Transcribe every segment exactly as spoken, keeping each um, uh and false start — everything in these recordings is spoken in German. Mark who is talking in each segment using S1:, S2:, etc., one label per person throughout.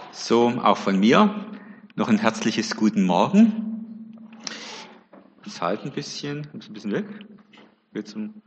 S1: So, auch von mir noch ein herzliches Guten Morgen. Das halt ein bisschen, muss ein bisschen weg. Geht zum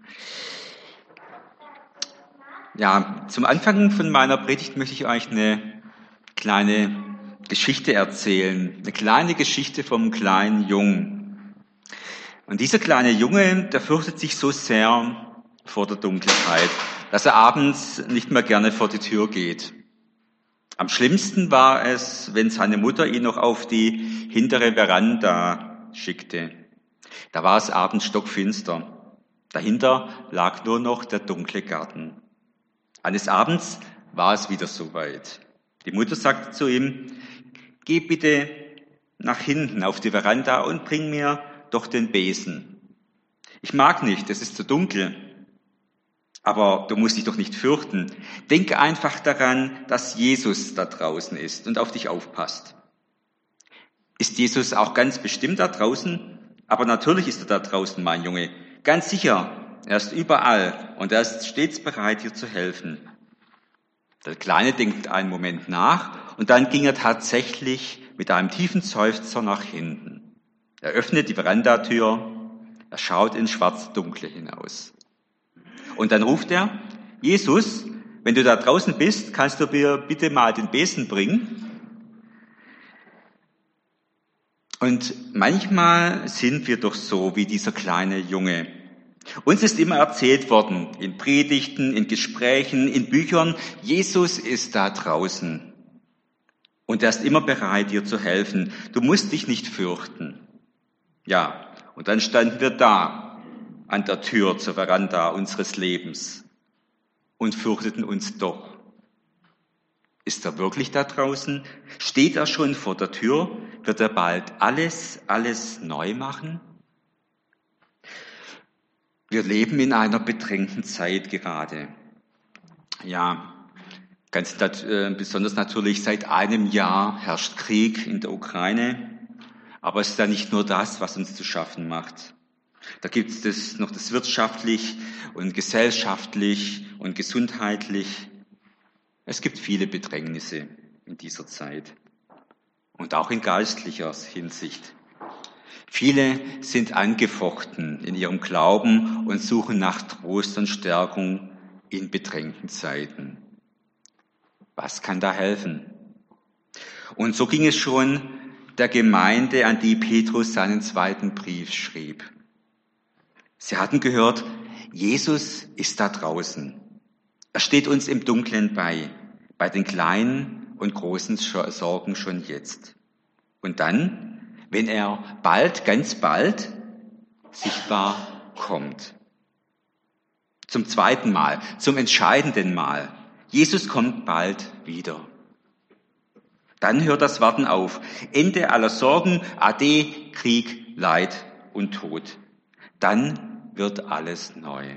S1: ja, zum Anfang von meiner Predigt möchte ich euch eine kleine Geschichte erzählen. Eine kleine Geschichte vom kleinen Jungen. Und dieser kleine Junge, der fürchtet sich so sehr vor der Dunkelheit, dass er abends nicht mehr gerne vor die Tür geht. Am schlimmsten war es, wenn seine Mutter ihn noch auf die hintere Veranda schickte. Da war es abends stockfinster. Dahinter lag nur noch der dunkle Garten. Eines Abends war es wieder soweit. Die Mutter sagte zu ihm, geh bitte nach hinten auf die Veranda und bring mir doch den Besen. Ich mag nicht, es ist zu dunkel. Aber du musst dich doch nicht fürchten. Denk einfach daran, dass Jesus da draußen ist und auf dich aufpasst. Ist Jesus auch ganz bestimmt da draußen? Aber natürlich ist er da draußen, mein Junge. Ganz sicher, er ist überall und er ist stets bereit, dir zu helfen. Der Kleine denkt einen Moment nach und dann ging er tatsächlich mit einem tiefen Seufzer nach hinten. Er öffnet die Verandatür, er schaut ins Schwarz-Dunkle hinaus. Und dann ruft er, Jesus, wenn du da draußen bist, kannst du mir bitte mal den Besen bringen? Und manchmal sind wir doch so wie dieser kleine Junge. Uns ist immer erzählt worden, in Predigten, in Gesprächen, in Büchern, Jesus ist da draußen. Und er ist immer bereit, dir zu helfen. Du musst dich nicht fürchten. Ja, und dann standen wir da, an der Tür zur Veranda unseres Lebens und fürchteten uns doch. Ist er wirklich da draußen? Steht er schon vor der Tür? Wird er bald alles, alles neu machen? Wir leben in einer bedrängten Zeit gerade. Ja, ganz nat- äh, besonders natürlich seit einem Jahr herrscht Krieg in der Ukraine. Aber es ist ja nicht nur das, was uns zu schaffen macht. Da gibt es das, noch das wirtschaftlich und gesellschaftlich und gesundheitlich. Es gibt viele Bedrängnisse in dieser Zeit und auch in geistlicher Hinsicht. Viele sind angefochten in ihrem Glauben und suchen nach Trost und Stärkung in bedrängten Zeiten. Was kann da helfen? Und so ging es schon der Gemeinde, an die Petrus seinen zweiten Brief schrieb. Sie hatten gehört, Jesus ist da draußen. Er steht uns im Dunkeln bei, bei den kleinen und großen Sorgen schon jetzt. Und dann, wenn er bald, ganz bald, sichtbar kommt. Zum zweiten Mal, zum entscheidenden Mal. Jesus kommt bald wieder. Dann hört das Warten auf. Ende aller Sorgen, Ade, Krieg, Leid und Tod. Dann wird alles neu.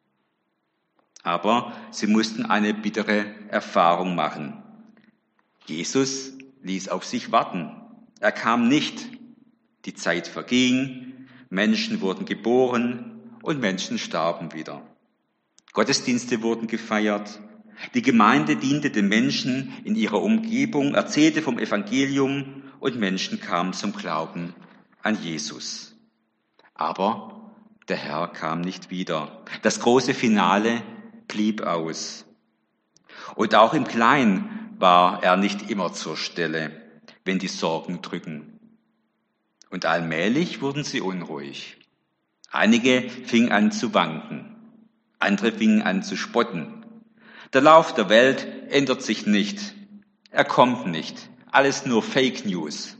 S1: Aber sie mussten eine bittere Erfahrung machen. Jesus ließ auf sich warten. Er kam nicht. Die Zeit verging, Menschen wurden geboren und Menschen starben wieder. Gottesdienste wurden gefeiert. Die Gemeinde diente den Menschen in ihrer Umgebung, erzählte vom Evangelium und Menschen kamen zum Glauben an Jesus. Aber der Herr kam nicht wieder. Das große Finale blieb aus. Und auch im Kleinen war er nicht immer zur Stelle, wenn die Sorgen drücken. Und allmählich wurden sie unruhig. Einige fingen an zu wanken. Andere fingen an zu spotten. Der Lauf der Welt ändert sich nicht. Er kommt nicht. Alles nur Fake News.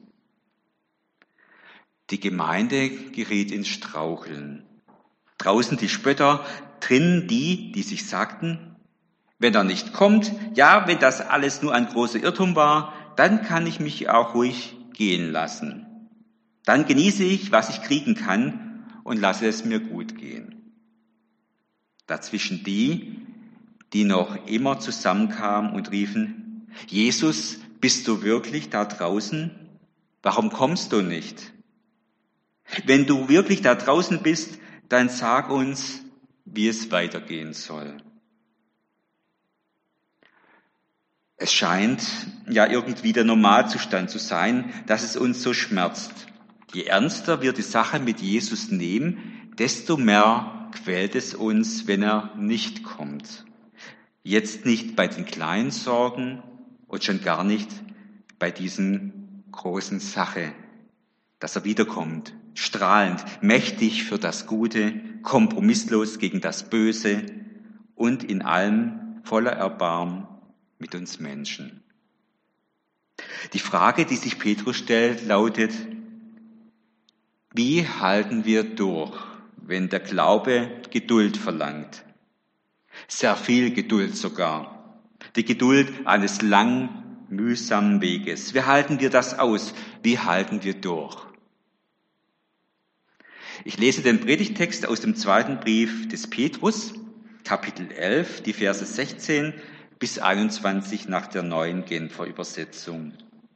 S1: Die Gemeinde geriet ins Straucheln. Draußen die Spötter, drinnen die, die sich sagten, wenn er nicht kommt, ja, wenn das alles nur ein großer Irrtum war, dann kann ich mich auch ruhig gehen lassen. Dann genieße ich, was ich kriegen kann und lasse es mir gut gehen. Dazwischen die, die noch immer zusammenkamen und riefen, Jesus, bist du wirklich da draußen? Warum kommst du nicht? Wenn du wirklich da draußen bist, dann sag uns, wie es weitergehen soll. Es scheint, ja irgendwie der Normalzustand zu sein, dass es uns so schmerzt. Je ernster wir die Sache mit Jesus nehmen, desto mehr quält es uns, wenn er nicht kommt. Jetzt nicht bei den kleinen Sorgen und schon gar nicht bei diesen großen Sache, dass er wiederkommt, strahlend, mächtig für das Gute, kompromisslos gegen das Böse und in allem voller Erbarmen mit uns Menschen. Die Frage, die sich Petrus stellt, lautet: Wie halten wir durch, wenn der Glaube Geduld verlangt? Sehr viel Geduld sogar. Die Geduld eines langen, mühsamen Weges. Wie halten wir das aus? Wie halten wir durch? Ich lese den Predigtext aus dem zweiten Brief des Petrus, Kapitel elf, die Verse sechzehn bis einundzwanzig nach der neuen Genfer Übersetzung.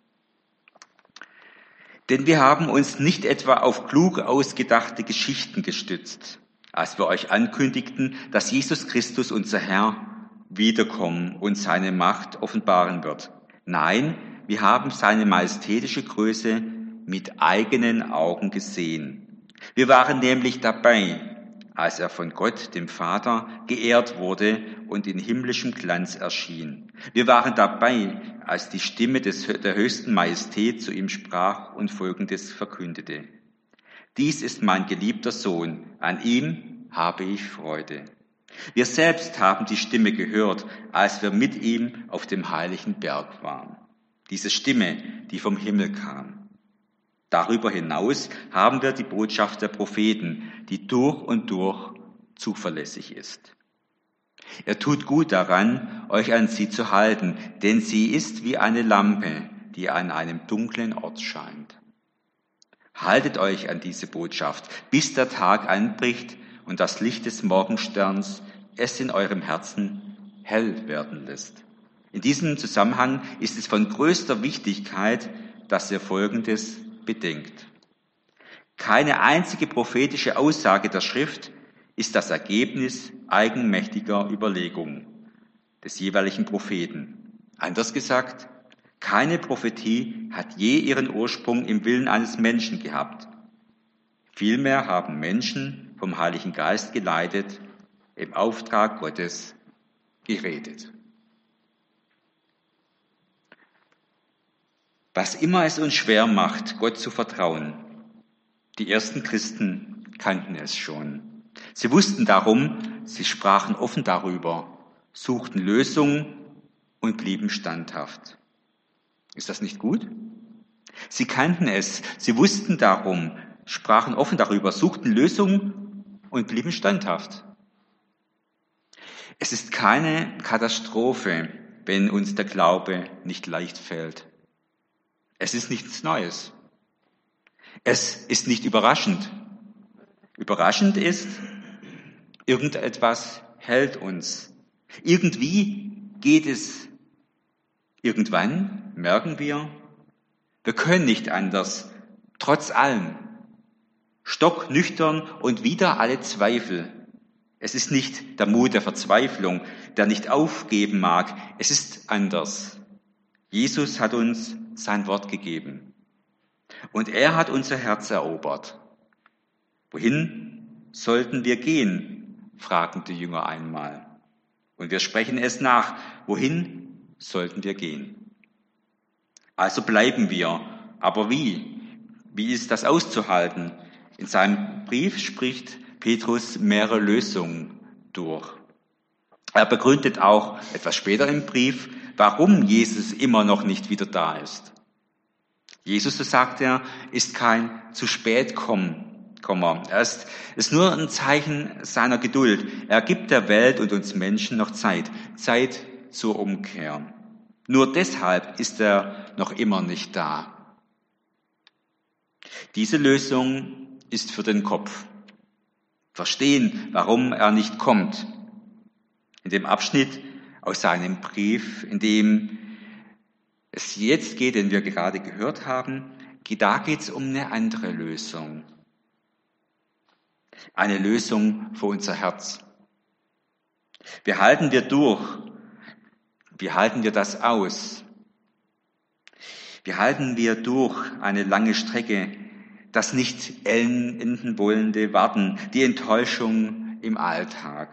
S1: Denn wir haben uns nicht etwa auf klug ausgedachte Geschichten gestützt, als wir euch ankündigten, dass Jesus Christus, unser Herr, wiederkommen und seine Macht offenbaren wird. Nein, wir haben seine majestätische Größe mit eigenen Augen gesehen. Wir waren nämlich dabei, als er von Gott, dem Vater, geehrt wurde und in himmlischem Glanz erschien. Wir waren dabei, als die Stimme des, der höchsten Majestät zu ihm sprach und Folgendes verkündete: Dies ist mein geliebter Sohn, an ihm habe ich Freude. Wir selbst haben die Stimme gehört, als wir mit ihm auf dem heiligen Berg waren. Diese Stimme, die vom Himmel kam. Darüber hinaus haben wir die Botschaft der Propheten, die durch und durch zuverlässig ist. Ihr tut gut daran, euch an sie zu halten, denn sie ist wie eine Lampe, die an einem dunklen Ort scheint. Haltet euch an diese Botschaft, bis der Tag anbricht und das Licht des Morgensterns es in eurem Herzen hell werden lässt. In diesem Zusammenhang ist es von größter Wichtigkeit, dass ihr Folgendes bedenkt. Keine einzige prophetische Aussage der Schrift ist das Ergebnis eigenmächtiger Überlegungen des jeweiligen Propheten. Anders gesagt, keine Prophetie hat je ihren Ursprung im Willen eines Menschen gehabt. Vielmehr haben Menschen vom Heiligen Geist geleitet, im Auftrag Gottes geredet. Was immer es uns schwer macht, Gott zu vertrauen, die ersten Christen kannten es schon. Sie wussten darum, sie sprachen offen darüber, suchten Lösungen und blieben standhaft. Ist das nicht gut? Sie kannten es, sie wussten darum, sprachen offen darüber, suchten Lösungen und blieben standhaft. Es ist keine Katastrophe, wenn uns der Glaube nicht leicht fällt. Es ist nichts Neues. Es ist nicht überraschend. Überraschend ist, irgendetwas hält uns. Irgendwie geht es. Irgendwann merken wir, wir können nicht anders, trotz allem. Stocknüchtern und wieder alle Zweifel. Es ist nicht der Mut der Verzweiflung, der nicht aufgeben mag. Es ist anders. Jesus hat uns sein Wort gegeben. Und er hat unser Herz erobert. Wohin sollten wir gehen? Fragten die Jünger einmal. Und wir sprechen es nach. Wohin sollten wir gehen? Also bleiben wir. Aber wie? Wie ist das auszuhalten? In seinem Brief spricht Petrus mehrere Lösungen durch. Er begründet auch etwas später im Brief, warum Jesus immer noch nicht wieder da ist. Jesus, so sagt er, ist kein zu spät kommen. Er ist, ist nur ein Zeichen seiner Geduld. Er gibt der Welt und uns Menschen noch Zeit, Zeit zur Umkehr. Nur deshalb ist er noch immer nicht da. Diese Lösung ist für den Kopf. Verstehen, warum er nicht kommt. In dem Abschnitt aus seinem Brief, in dem es jetzt geht, den wir gerade gehört haben, da geht es um eine andere Lösung. Eine Lösung für unser Herz. Wie halten wir durch? Wie halten wir das aus? Wie halten wir durch eine lange Strecke, das nicht enden wollende Warten, die Enttäuschung im Alltag?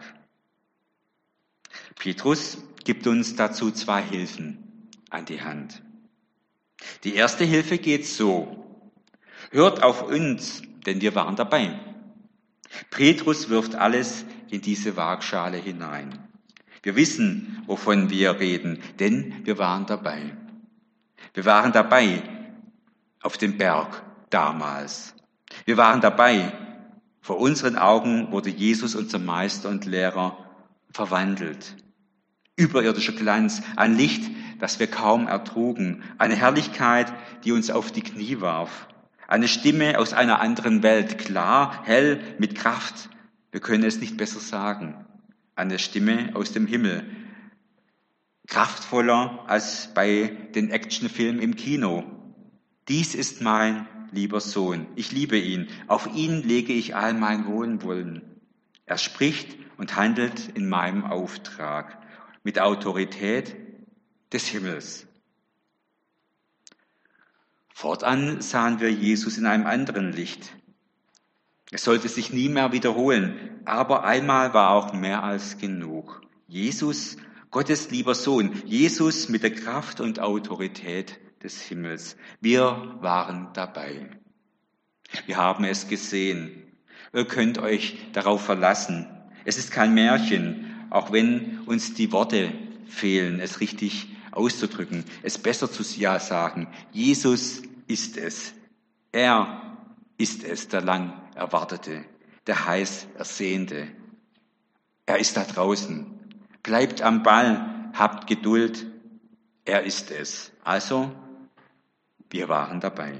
S1: Petrus gibt uns dazu zwei Hilfen an die Hand. Die erste Hilfe geht so: Hört auf uns, denn wir waren dabei. Petrus wirft alles in diese Waagschale hinein. Wir wissen, wovon wir reden, denn wir waren dabei. Wir waren dabei auf dem Berg damals. Wir waren dabei. Vor unseren Augen wurde Jesus, unser Meister und Lehrer, verwandelt. Überirdischer Glanz, ein Licht, das wir kaum ertrugen, eine Herrlichkeit, die uns auf die Knie warf. Eine Stimme aus einer anderen Welt, klar, hell, mit Kraft. Wir können es nicht besser sagen. Eine Stimme aus dem Himmel. Kraftvoller als bei den Actionfilmen im Kino. Dies ist mein lieber Sohn. Ich liebe ihn. Auf ihn lege ich all mein Wohlwollen. Er spricht und handelt in meinem Auftrag mit Autorität des Himmels. Fortan sahen wir Jesus in einem anderen Licht. Es sollte sich nie mehr wiederholen, aber einmal war auch mehr als genug. Jesus, Gottes lieber Sohn, Jesus mit der Kraft und Autorität des Himmels. Wir waren dabei. Wir haben es gesehen. Ihr könnt euch darauf verlassen. Es ist kein Märchen, auch wenn uns die Worte fehlen, es richtig auszudrücken, es besser zu ja sagen. Jesus ist es. Er ist es, der lang Erwartete, der heiß Ersehnte. Er ist da draußen. Bleibt am Ball, habt Geduld. Er ist es. Also, wir waren dabei.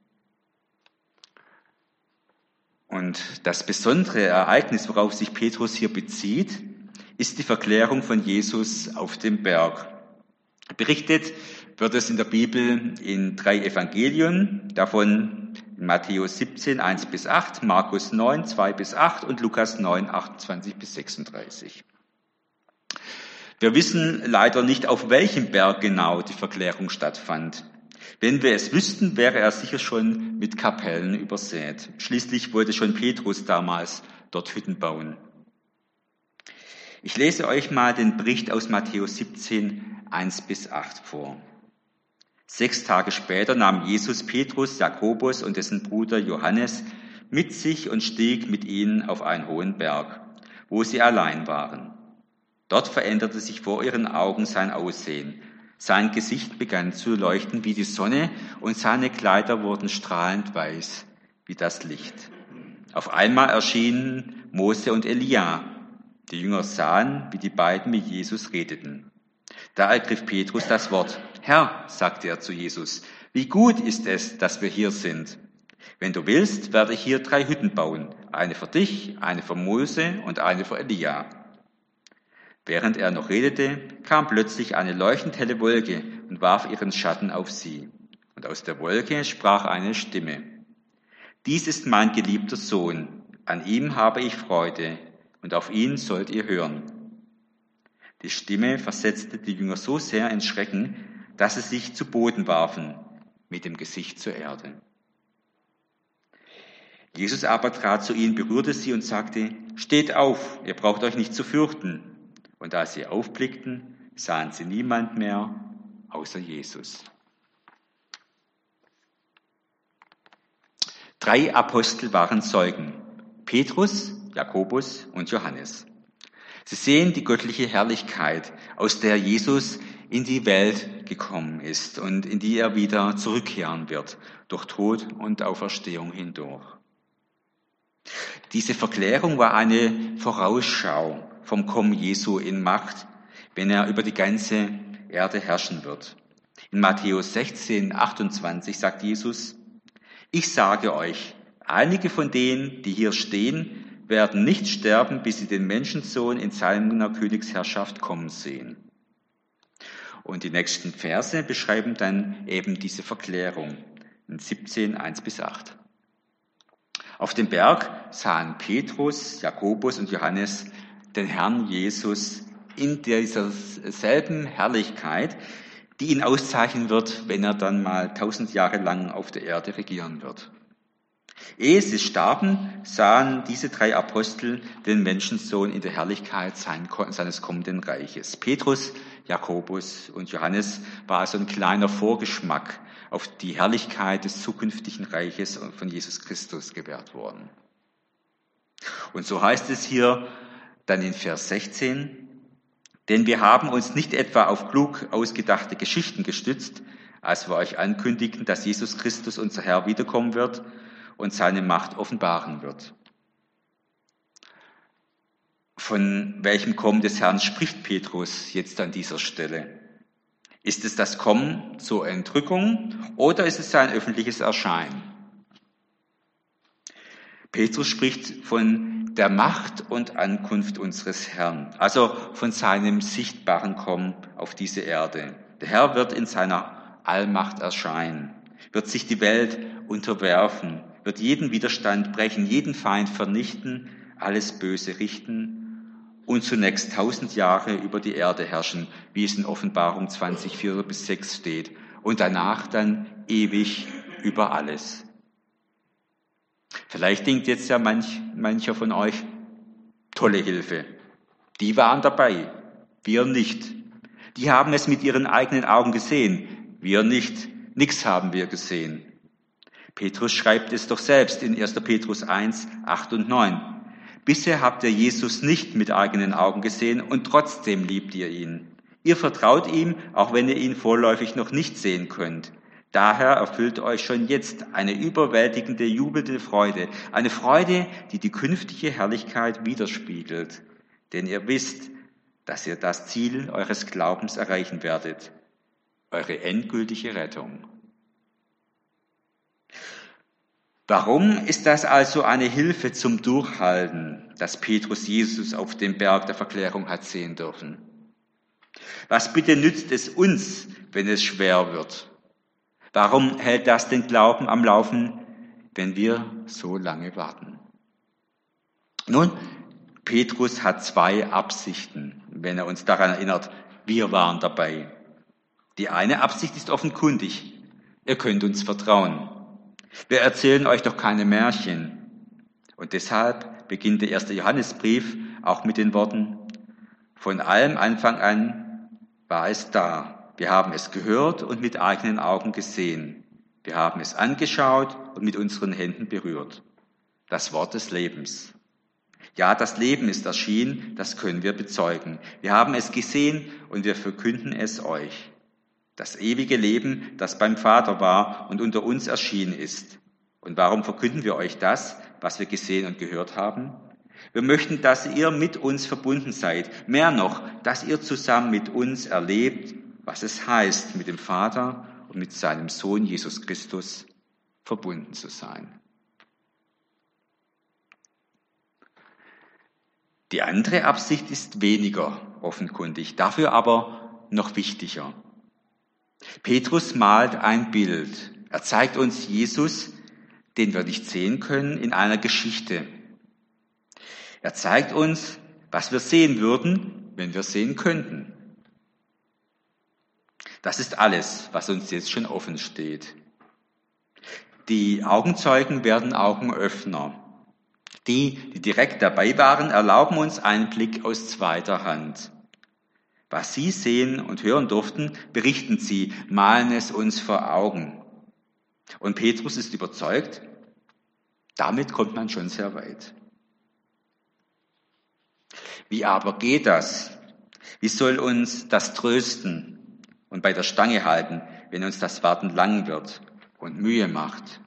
S1: Und das besondere Ereignis, worauf sich Petrus hier bezieht, ist die Verklärung von Jesus auf dem Berg. Berichtet wird es in der Bibel in drei Evangelien, davon in Matthäus siebzehn, eins bis acht, Markus neun, zwei bis acht und Lukas neun, achtundzwanzig bis sechsunddreißig. Wir wissen leider nicht, auf welchem Berg genau die Verklärung stattfand. Wenn wir es wüssten, wäre er sicher schon mit Kapellen übersät. Schließlich wollte schon Petrus damals dort Hütten bauen. Ich lese euch mal den Bericht aus Matthäus siebzehn, eins bis acht vor. Sechs Tage später nahm Jesus Petrus, Jakobus und dessen Bruder Johannes mit sich und stieg mit ihnen auf einen hohen Berg, wo sie allein waren. Dort veränderte sich vor ihren Augen sein Aussehen. Sein Gesicht begann zu leuchten wie die Sonne und seine Kleider wurden strahlend weiß wie das Licht. Auf einmal erschienen Mose und Elia. Die Jünger sahen, wie die beiden mit Jesus redeten. Da ergriff Petrus das Wort. Herr, sagte er zu Jesus, wie gut ist es, dass wir hier sind. Wenn du willst, werde ich hier drei Hütten bauen. Eine für dich, eine für Mose und eine für Elia. Während er noch redete, kam plötzlich eine leuchtend helle Wolke und warf ihren Schatten auf sie. Und aus der Wolke sprach eine Stimme. Dies ist mein geliebter Sohn, an ihm habe ich Freude, und auf ihn sollt ihr hören. Die Stimme versetzte die Jünger so sehr in Schrecken, dass sie sich zu Boden warfen, mit dem Gesicht zur Erde. Jesus aber trat zu ihnen, berührte sie und sagte, steht auf, ihr braucht euch nicht zu fürchten. Und als sie aufblickten, sahen sie niemand mehr außer Jesus. Drei Apostel waren Zeugen, Petrus, Jakobus und Johannes. Sie sehen die göttliche Herrlichkeit, aus der Jesus in die Welt gekommen ist und in die er wieder zurückkehren wird, durch Tod und Auferstehung hindurch. Diese Verklärung war eine Vorausschau vom Kommen Jesu in Macht, wenn er über die ganze Erde herrschen wird. In Matthäus sechzehn, achtundzwanzig sagt Jesus, ich sage euch, einige von denen, die hier stehen, werden nicht sterben, bis sie den Menschensohn in seiner Königsherrschaft kommen sehen. Und die nächsten Verse beschreiben dann eben diese Verklärung in siebzehn, eins bis acht. Auf dem Berg sahen Petrus, Jakobus und Johannes den Herrn Jesus in dieser selben Herrlichkeit, die ihn auszeichnen wird, wenn er dann mal tausend Jahre lang auf der Erde regieren wird. Ehe sie starben, sahen diese drei Apostel den Menschensohn in der Herrlichkeit seines kommenden Reiches. Petrus, Jakobus und Johannes war also ein kleiner Vorgeschmack auf die Herrlichkeit des zukünftigen Reiches von Jesus Christus gewährt worden. Und so heißt es hier dann in Vers sechzehn, denn wir haben uns nicht etwa auf klug ausgedachte Geschichten gestützt, als wir euch ankündigten, dass Jesus Christus, unser Herr, wiederkommen wird und seine Macht offenbaren wird. Von welchem Kommen des Herrn spricht Petrus jetzt an dieser Stelle? Ist es das Kommen zur Entrückung oder ist es sein öffentliches Erscheinen? Petrus spricht von der Macht und Ankunft unseres Herrn, also von seinem sichtbaren Kommen auf diese Erde. Der Herr wird in seiner Allmacht erscheinen, wird sich die Welt unterwerfen, wird jeden Widerstand brechen, jeden Feind vernichten, alles Böse richten und zunächst tausend Jahre über die Erde herrschen, wie es in Offenbarung zwanzig, vier bis sechs steht, und danach dann ewig über alles. Vielleicht denkt jetzt ja manch, mancher von euch, tolle Hilfe. Die waren dabei, wir nicht. Die haben es mit ihren eigenen Augen gesehen, wir nicht. Nichts haben wir gesehen. Petrus schreibt es doch selbst in erster Petrus eins, acht und neun. Bisher habt ihr Jesus nicht mit eigenen Augen gesehen und trotzdem liebt ihr ihn. Ihr vertraut ihm, auch wenn ihr ihn vorläufig noch nicht sehen könnt. Daher erfüllt euch schon jetzt eine überwältigende, jubelnde Freude, eine Freude, die die künftige Herrlichkeit widerspiegelt. Denn ihr wisst, dass ihr das Ziel eures Glaubens erreichen werdet, eure endgültige Rettung. Warum ist das also eine Hilfe zum Durchhalten, dass Petrus Jesus auf dem Berg der Verklärung hat sehen dürfen? Was bitte nützt es uns, wenn es schwer wird? Warum hält das den Glauben am Laufen, wenn wir so lange warten? Nun, Petrus hat zwei Absichten, wenn er uns daran erinnert, wir waren dabei. Die eine Absicht ist offenkundig, ihr könnt uns vertrauen. Wir erzählen euch doch keine Märchen. Und deshalb beginnt der erste Johannesbrief auch mit den Worten, von allem Anfang an war es da. Wir haben es gehört und mit eigenen Augen gesehen. Wir haben es angeschaut und mit unseren Händen berührt. Das Wort des Lebens. Ja, das Leben ist erschienen, das können wir bezeugen. Wir haben es gesehen und wir verkünden es euch. Das ewige Leben, das beim Vater war und unter uns erschienen ist. Und warum verkünden wir euch das, was wir gesehen und gehört haben? Wir möchten, dass ihr mit uns verbunden seid. Mehr noch, dass ihr zusammen mit uns erlebt, was es heißt, mit dem Vater und mit seinem Sohn Jesus Christus verbunden zu sein. Die andere Absicht ist weniger offenkundig, dafür aber noch wichtiger. Petrus malt ein Bild. Er zeigt uns Jesus, den wir nicht sehen können, in einer Geschichte. Er zeigt uns, was wir sehen würden, wenn wir sehen könnten. Das ist alles, was uns jetzt schon offen steht. Die Augenzeugen werden Augenöffner. Die, die direkt dabei waren, erlauben uns einen Blick aus zweiter Hand. Was sie sehen und hören durften, berichten sie, malen es uns vor Augen. Und Petrus ist überzeugt, damit kommt man schon sehr weit. Wie aber geht das? Wie soll uns das trösten und bei der Stange halten, wenn uns das Warten lang wird und Mühe macht?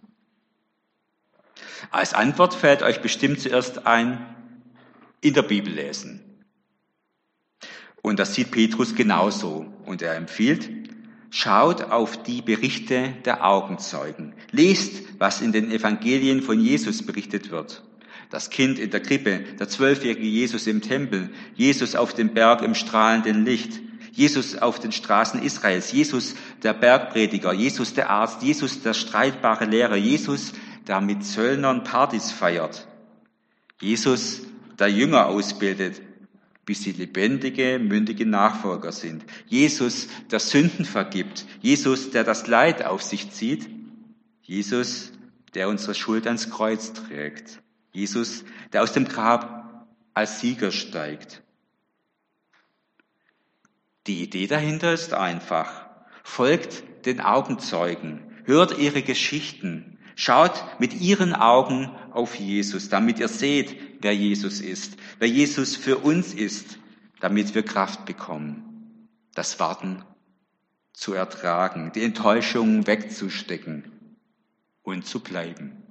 S1: Als Antwort fällt euch bestimmt zuerst ein, in der Bibel lesen. Und das sieht Petrus genauso. Und er empfiehlt, schaut auf die Berichte der Augenzeugen. Lest, was in den Evangelien von Jesus berichtet wird. Das Kind in der Krippe, der zwölfjährige Jesus im Tempel, Jesus auf dem Berg im strahlenden Licht, Jesus auf den Straßen Israels, Jesus der Bergprediger, Jesus der Arzt, Jesus der streitbare Lehrer, Jesus, der mit Zöllnern Partys feiert, Jesus, der Jünger ausbildet, bis sie lebendige, mündige Nachfolger sind. Jesus, der Sünden vergibt. Jesus, der das Leid auf sich zieht. Jesus, der unsere Schuld ans Kreuz trägt. Jesus, der aus dem Grab als Sieger steigt. Die Idee dahinter ist einfach. Folgt den Augenzeugen, hört ihre Geschichten, schaut mit ihren Augen auf Jesus, damit ihr seht, wer Jesus ist, wer Jesus für uns ist, damit wir Kraft bekommen, das Warten zu ertragen, die Enttäuschung wegzustecken und zu bleiben.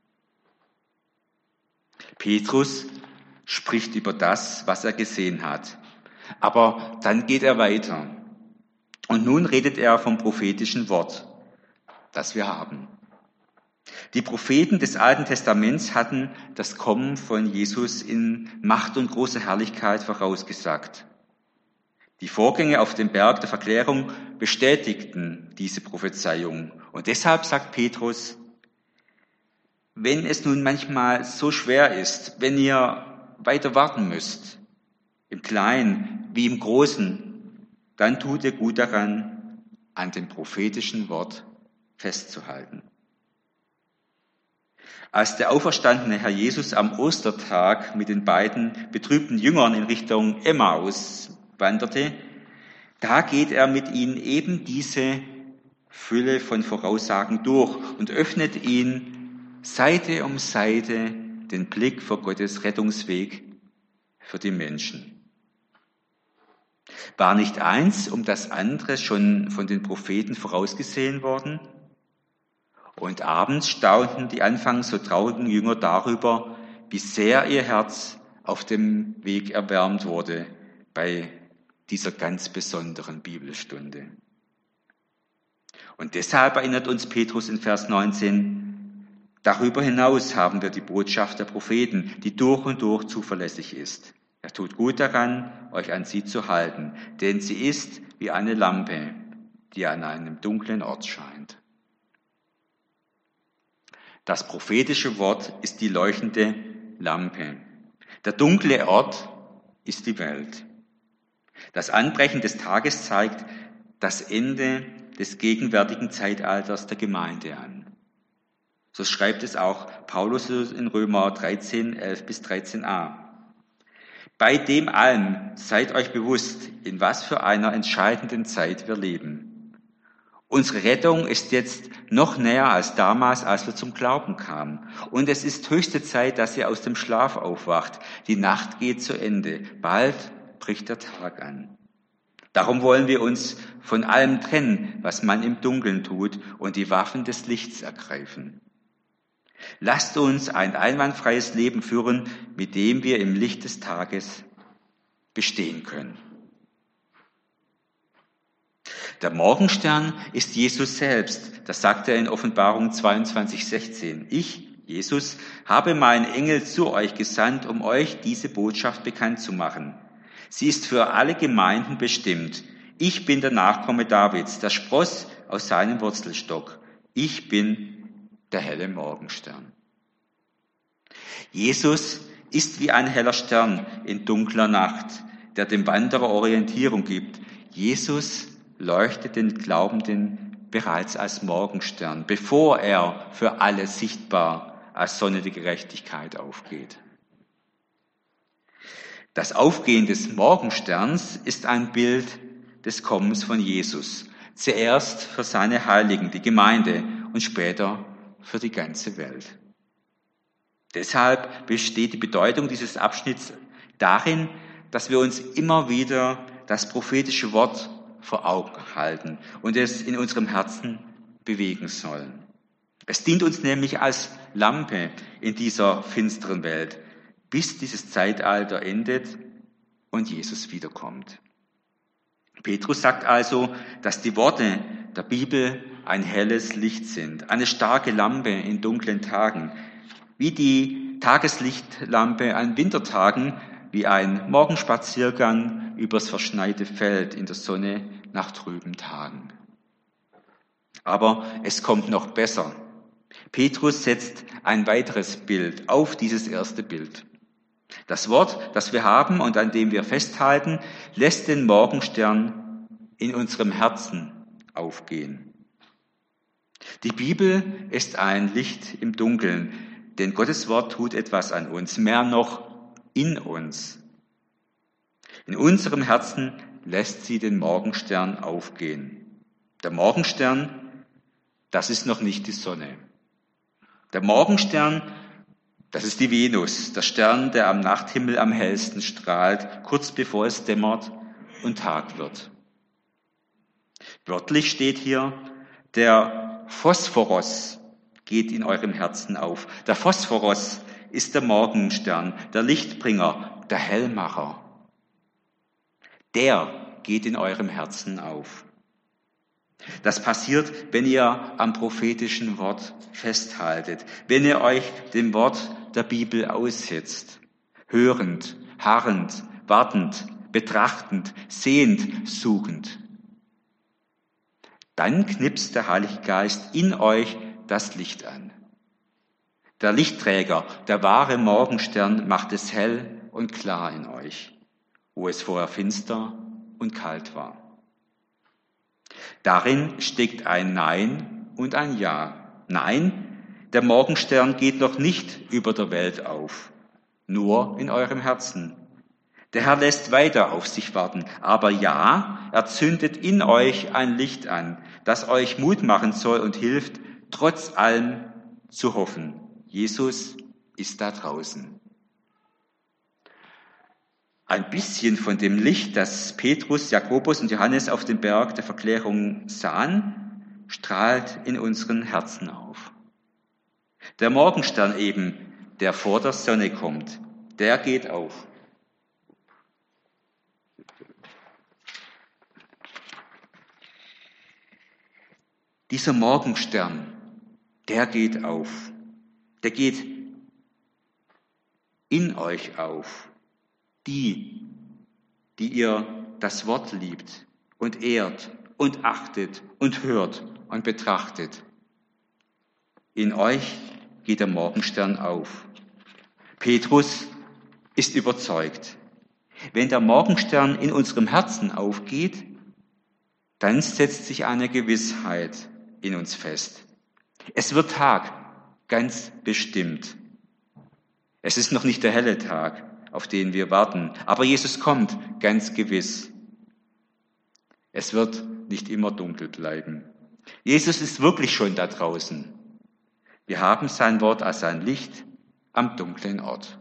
S1: Petrus spricht über das, was er gesehen hat. Aber dann geht er weiter. Und nun redet er vom prophetischen Wort, das wir haben. Die Propheten des Alten Testaments hatten das Kommen von Jesus in Macht und großer Herrlichkeit vorausgesagt. Die Vorgänge auf dem Berg der Verklärung bestätigten diese Prophezeiung. Und deshalb sagt Petrus, wenn es nun manchmal so schwer ist, wenn ihr weiter warten müsst, im Kleinen wie im Großen, dann tut ihr gut daran, an dem prophetischen Wort festzuhalten. Als der auferstandene Herr Jesus am Ostertag mit den beiden betrübten Jüngern in Richtung Emmaus wanderte, da geht er mit ihnen eben diese Fülle von Voraussagen durch und öffnet ihnen Seite um Seite den Blick für Gottes Rettungsweg für die Menschen. War nicht eins um das andere schon von den Propheten vorausgesehen worden? Und abends staunten die anfangs so traurigen Jünger darüber, wie sehr ihr Herz auf dem Weg erwärmt wurde bei dieser ganz besonderen Bibelstunde. Und deshalb erinnert uns Petrus in Vers neunzehn, darüber hinaus haben wir die Botschaft der Propheten, die durch und durch zuverlässig ist. Er tut gut daran, euch an sie zu halten, denn sie ist wie eine Lampe, die an einem dunklen Ort scheint. Das prophetische Wort ist die leuchtende Lampe. Der dunkle Ort ist die Welt. Das Anbrechen des Tages zeigt das Ende des gegenwärtigen Zeitalters der Gemeinde an. So schreibt es auch Paulus in Römer dreizehn, elf bis dreizehn a. Bei dem allem seid euch bewusst, in was für einer entscheidenden Zeit wir leben. Unsere Rettung ist jetzt noch näher als damals, als wir zum Glauben kamen. Und es ist höchste Zeit, dass ihr aus dem Schlaf aufwacht. Die Nacht geht zu Ende. Bald bricht der Tag an. Darum wollen wir uns von allem trennen, was man im Dunkeln tut, und die Waffen des Lichts ergreifen. Lasst uns ein einwandfreies Leben führen, mit dem wir im Licht des Tages bestehen können. Der Morgenstern ist Jesus selbst. Das sagt er in Offenbarung zweiundzwanzig, sechzehn. Ich, Jesus, habe meinen Engel zu euch gesandt, um euch diese Botschaft bekannt zu machen. Sie ist für alle Gemeinden bestimmt. Ich bin der Nachkomme Davids, der Spross aus seinem Wurzelstock. Ich bin der helle Morgenstern. Jesus ist wie ein heller Stern in dunkler Nacht, der dem Wanderer Orientierung gibt. Jesus leuchtet den Glaubenden bereits als Morgenstern, bevor er für alle sichtbar als Sonne der Gerechtigkeit aufgeht. Das Aufgehen des Morgensterns ist ein Bild des Kommens von Jesus, zuerst für seine Heiligen, die Gemeinde, und später für die ganze Welt. Deshalb besteht die Bedeutung dieses Abschnitts darin, dass wir uns immer wieder das prophetische Wort vor Augen halten und es in unserem Herzen bewegen sollen. Es dient uns nämlich als Lampe in dieser finsteren Welt, bis dieses Zeitalter endet und Jesus wiederkommt. Petrus sagt also, dass die Worte der Bibel ein helles Licht sind, eine starke Lampe in dunklen Tagen, wie die Tageslichtlampe an Wintertagen, wie ein Morgenspaziergang übers verschneite Feld in der Sonne nach trüben Tagen. Aber es kommt noch besser. Petrus setzt ein weiteres Bild auf dieses erste Bild. Das Wort, das wir haben und an dem wir festhalten, lässt den Morgenstern in unserem Herzen aufgehen. Die Bibel ist ein Licht im Dunkeln, denn Gottes Wort tut etwas an uns, mehr noch in uns. In unserem Herzen lässt sie den Morgenstern aufgehen. Der Morgenstern, das ist noch nicht die Sonne. Der Morgenstern, das ist die Venus, der Stern, der am Nachthimmel am hellsten strahlt, kurz bevor es dämmert und Tag wird. Wörtlich steht hier, der Phosphoros geht in eurem Herzen auf. Der Phosphoros ist der Morgenstern, der Lichtbringer, der Hellmacher. Der geht in eurem Herzen auf. Das passiert, wenn ihr am prophetischen Wort festhaltet, wenn ihr euch dem Wort der Bibel aussetzt, hörend, harrend, wartend, betrachtend, sehend, suchend. Dann knipst der Heilige Geist in euch das Licht an. Der Lichtträger, der wahre Morgenstern, macht es hell und klar in euch, wo es vorher finster und kalt war. Darin steckt ein Nein und ein Ja. Nein, der Morgenstern geht noch nicht über der Welt auf, nur in eurem Herzen. Der Herr lässt weiter auf sich warten, aber ja, er zündet in euch ein Licht an, das euch Mut machen soll und hilft, trotz allem zu hoffen. Jesus ist da draußen. Ein bisschen von dem Licht, das Petrus, Jakobus und Johannes auf dem Berg der Verklärung sahen, strahlt in unseren Herzen auf. Der Morgenstern eben, der vor der Sonne kommt, der geht auf. Dieser Morgenstern, der geht auf. Der geht in euch auf. Die, die ihr das Wort liebt und ehrt und achtet und hört und betrachtet. In euch geht der Morgenstern auf. Petrus ist überzeugt. Wenn der Morgenstern in unserem Herzen aufgeht, dann setzt sich eine Gewissheit in uns fest. Es wird Tag, ganz bestimmt. Es ist noch nicht der helle Tag, auf den wir warten, aber Jesus kommt, ganz gewiss. Es wird nicht immer dunkel bleiben. Jesus ist wirklich schon da draußen. Wir haben sein Wort als ein Licht am dunklen Ort.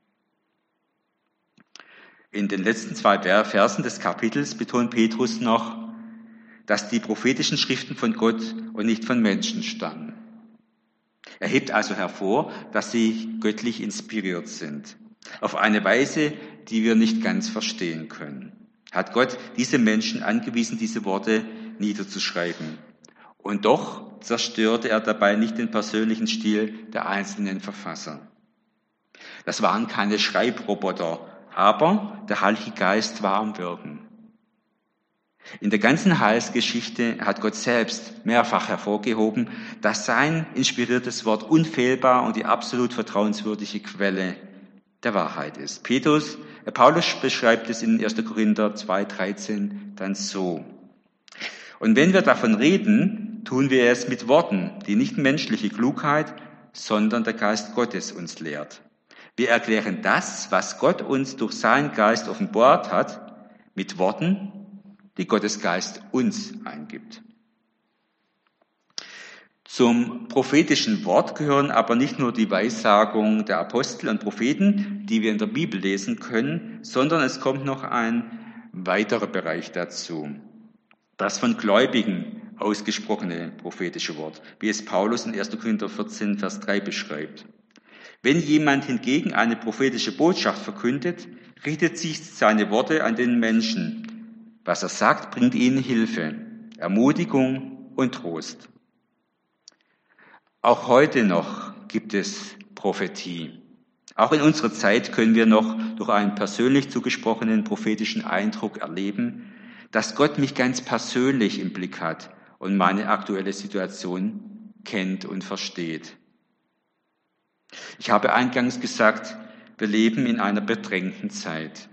S1: In den letzten zwei Versen des Kapitels betont Petrus noch, dass die prophetischen Schriften von Gott und nicht von Menschen stammen. Er hebt also hervor, dass sie göttlich inspiriert sind. Auf eine Weise, die wir nicht ganz verstehen können. Hat Gott diese Menschen angewiesen, diese Worte niederzuschreiben. Und doch zerstörte er dabei nicht den persönlichen Stil der einzelnen Verfasser. Das waren keine Schreibroboter, aber der Heilige Geist war am Wirken. In der ganzen Heilsgeschichte hat Gott selbst mehrfach hervorgehoben, dass sein inspiriertes Wort unfehlbar und die absolut vertrauenswürdige Quelle der Wahrheit ist. Petrus, äh, Paulus beschreibt es in erster Korinther zwei dreizehn dann so. Und wenn wir davon reden, tun wir es mit Worten, die nicht menschliche Klugheit, sondern der Geist Gottes uns lehrt. Wir erklären das, was Gott uns durch seinen Geist offenbart hat, mit Worten, die Gottes Geist uns eingibt. Zum prophetischen Wort gehören aber nicht nur die Weissagung der Apostel und Propheten, die wir in der Bibel lesen können, sondern es kommt noch ein weiterer Bereich dazu. Das von Gläubigen ausgesprochene prophetische Wort, wie es Paulus in erster Korinther vierzehn, Vers drei beschreibt. Wenn jemand hingegen eine prophetische Botschaft verkündet, richtet sich seine Worte an den Menschen. Was er sagt, bringt ihnen Hilfe, Ermutigung und Trost. Auch heute noch gibt es Prophetie. Auch in unserer Zeit können wir noch durch einen persönlich zugesprochenen prophetischen Eindruck erleben, dass Gott mich ganz persönlich im Blick hat und meine aktuelle Situation kennt und versteht. Ich habe eingangs gesagt, Wir leben in einer bedrängten Zeit.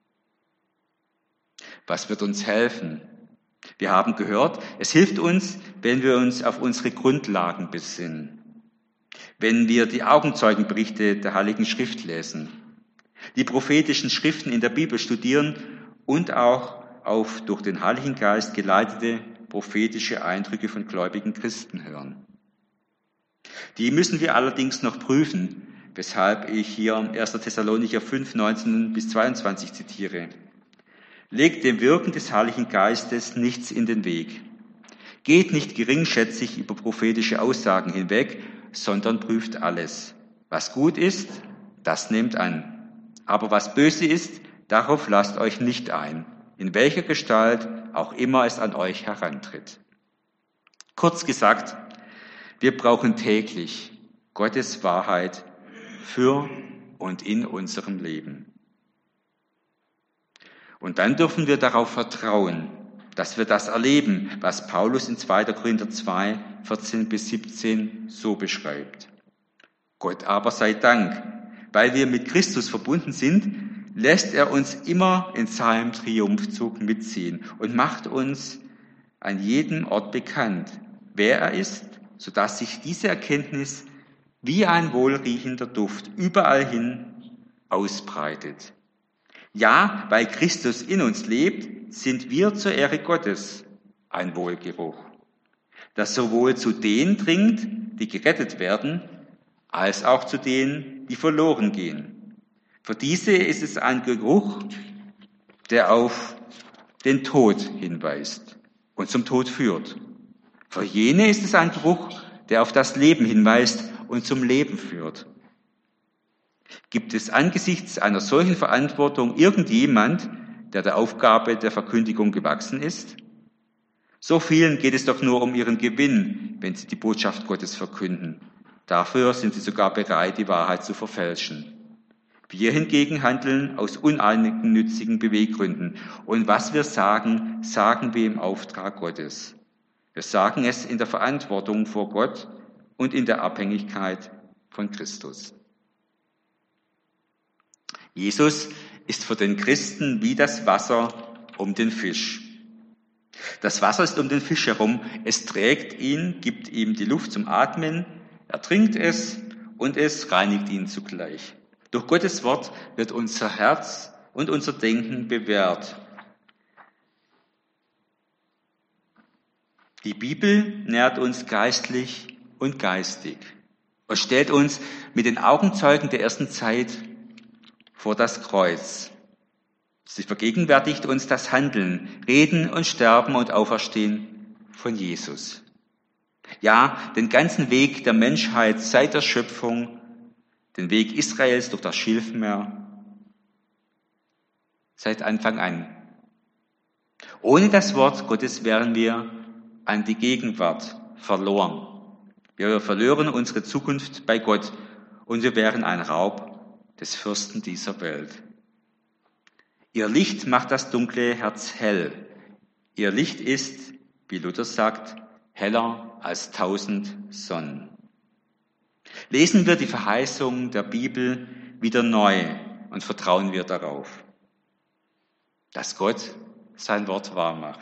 S1: Was wird uns helfen? Wir haben gehört, es hilft uns, wenn wir uns auf unsere Grundlagen besinnen. Wenn wir die Augenzeugenberichte der Heiligen Schrift lesen, die prophetischen Schriften in der Bibel studieren und auch auf durch den Heiligen Geist geleitete prophetische Eindrücke von gläubigen Christen hören. Die müssen wir allerdings noch prüfen, weshalb ich hier erster Thessalonicher fünf, neunzehn bis zweiundzwanzig zitiere. Legt dem Wirken des Heiligen Geistes nichts in den Weg. Geht nicht geringschätzig über prophetische Aussagen hinweg, sondern prüft alles. Was gut ist, das nehmt an. Aber was böse ist, darauf lasst euch nicht ein, in welcher Gestalt auch immer es an euch herantritt. Kurz gesagt, wir brauchen täglich Gottes Wahrheit für und in unserem Leben. Und dann dürfen wir darauf vertrauen, dass wir das erleben, was Paulus in zweiter Korinther zwei, vierzehn bis siebzehn so beschreibt. Gott aber sei Dank, weil wir mit Christus verbunden sind, lässt er uns immer in seinem Triumphzug mitziehen und macht uns an jedem Ort bekannt, wer er ist, sodass sich diese Erkenntnis wie ein wohlriechender Duft überall hin ausbreitet. Ja, weil Christus in uns lebt, sind wir zur Ehre Gottes ein Wohlgeruch, das sowohl zu denen dringt, die gerettet werden, als auch zu denen, die verloren gehen. Für diese ist es ein Geruch, der auf den Tod hinweist und zum Tod führt. Für jene ist es ein Geruch, der auf das Leben hinweist und zum Leben führt. Gibt es angesichts einer solchen Verantwortung irgendjemand, der der Aufgabe der Verkündigung gewachsen ist? So vielen geht es doch nur um ihren Gewinn, wenn sie die Botschaft Gottes verkünden. Dafür sind sie sogar bereit, die Wahrheit zu verfälschen. Wir hingegen handeln aus uneigennützigen Beweggründen. Und was wir sagen, sagen wir im Auftrag Gottes. Wir sagen es in der Verantwortung vor Gott und in der Abhängigkeit von Christus. Jesus ist für den Christen wie das Wasser um den Fisch. Das Wasser ist um den Fisch herum, es trägt ihn, gibt ihm die Luft zum Atmen, er trinkt es und es reinigt ihn zugleich. Durch Gottes Wort wird unser Herz und unser Denken bewährt. Die Bibel nährt uns geistlich und geistig und stellt uns mit den Augenzeugen der ersten Zeit vor das Kreuz. Sie vergegenwärtigt uns das Handeln, Reden und Sterben und Auferstehen von Jesus. Ja, den ganzen Weg der Menschheit seit der Schöpfung, den Weg Israels durch das Schilfmeer, seit Anfang an. Ohne das Wort Gottes wären wir an die Gegenwart verloren. Wir verlieren unsere Zukunft bei Gott und wir wären ein Raub des Fürsten dieser Welt. Ihr Licht macht das dunkle Herz hell. Ihr Licht ist, wie Luther sagt, heller als tausend Sonnen. Lesen wir die Verheißung der Bibel wieder neu und vertrauen wir darauf, dass Gott sein Wort wahr macht.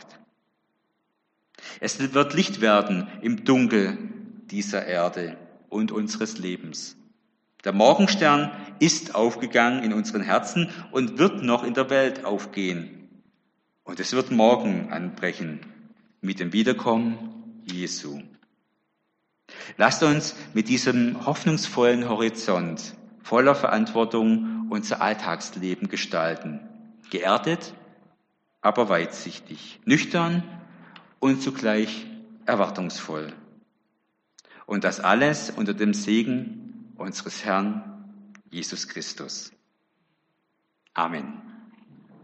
S1: Es wird Licht werden im Dunkel dieser Erde und unseres Lebens. Der Morgenstern ist aufgegangen in unseren Herzen und wird noch in der Welt aufgehen. Und es wird morgen anbrechen mit dem Wiederkommen Jesu. Lasst uns mit diesem hoffnungsvollen Horizont voller Verantwortung unser Alltagsleben gestalten. Geerdet, aber weitsichtig, nüchtern und zugleich erwartungsvoll. Und das alles unter dem Segen unseres Herrn Jesus Christus. Amen.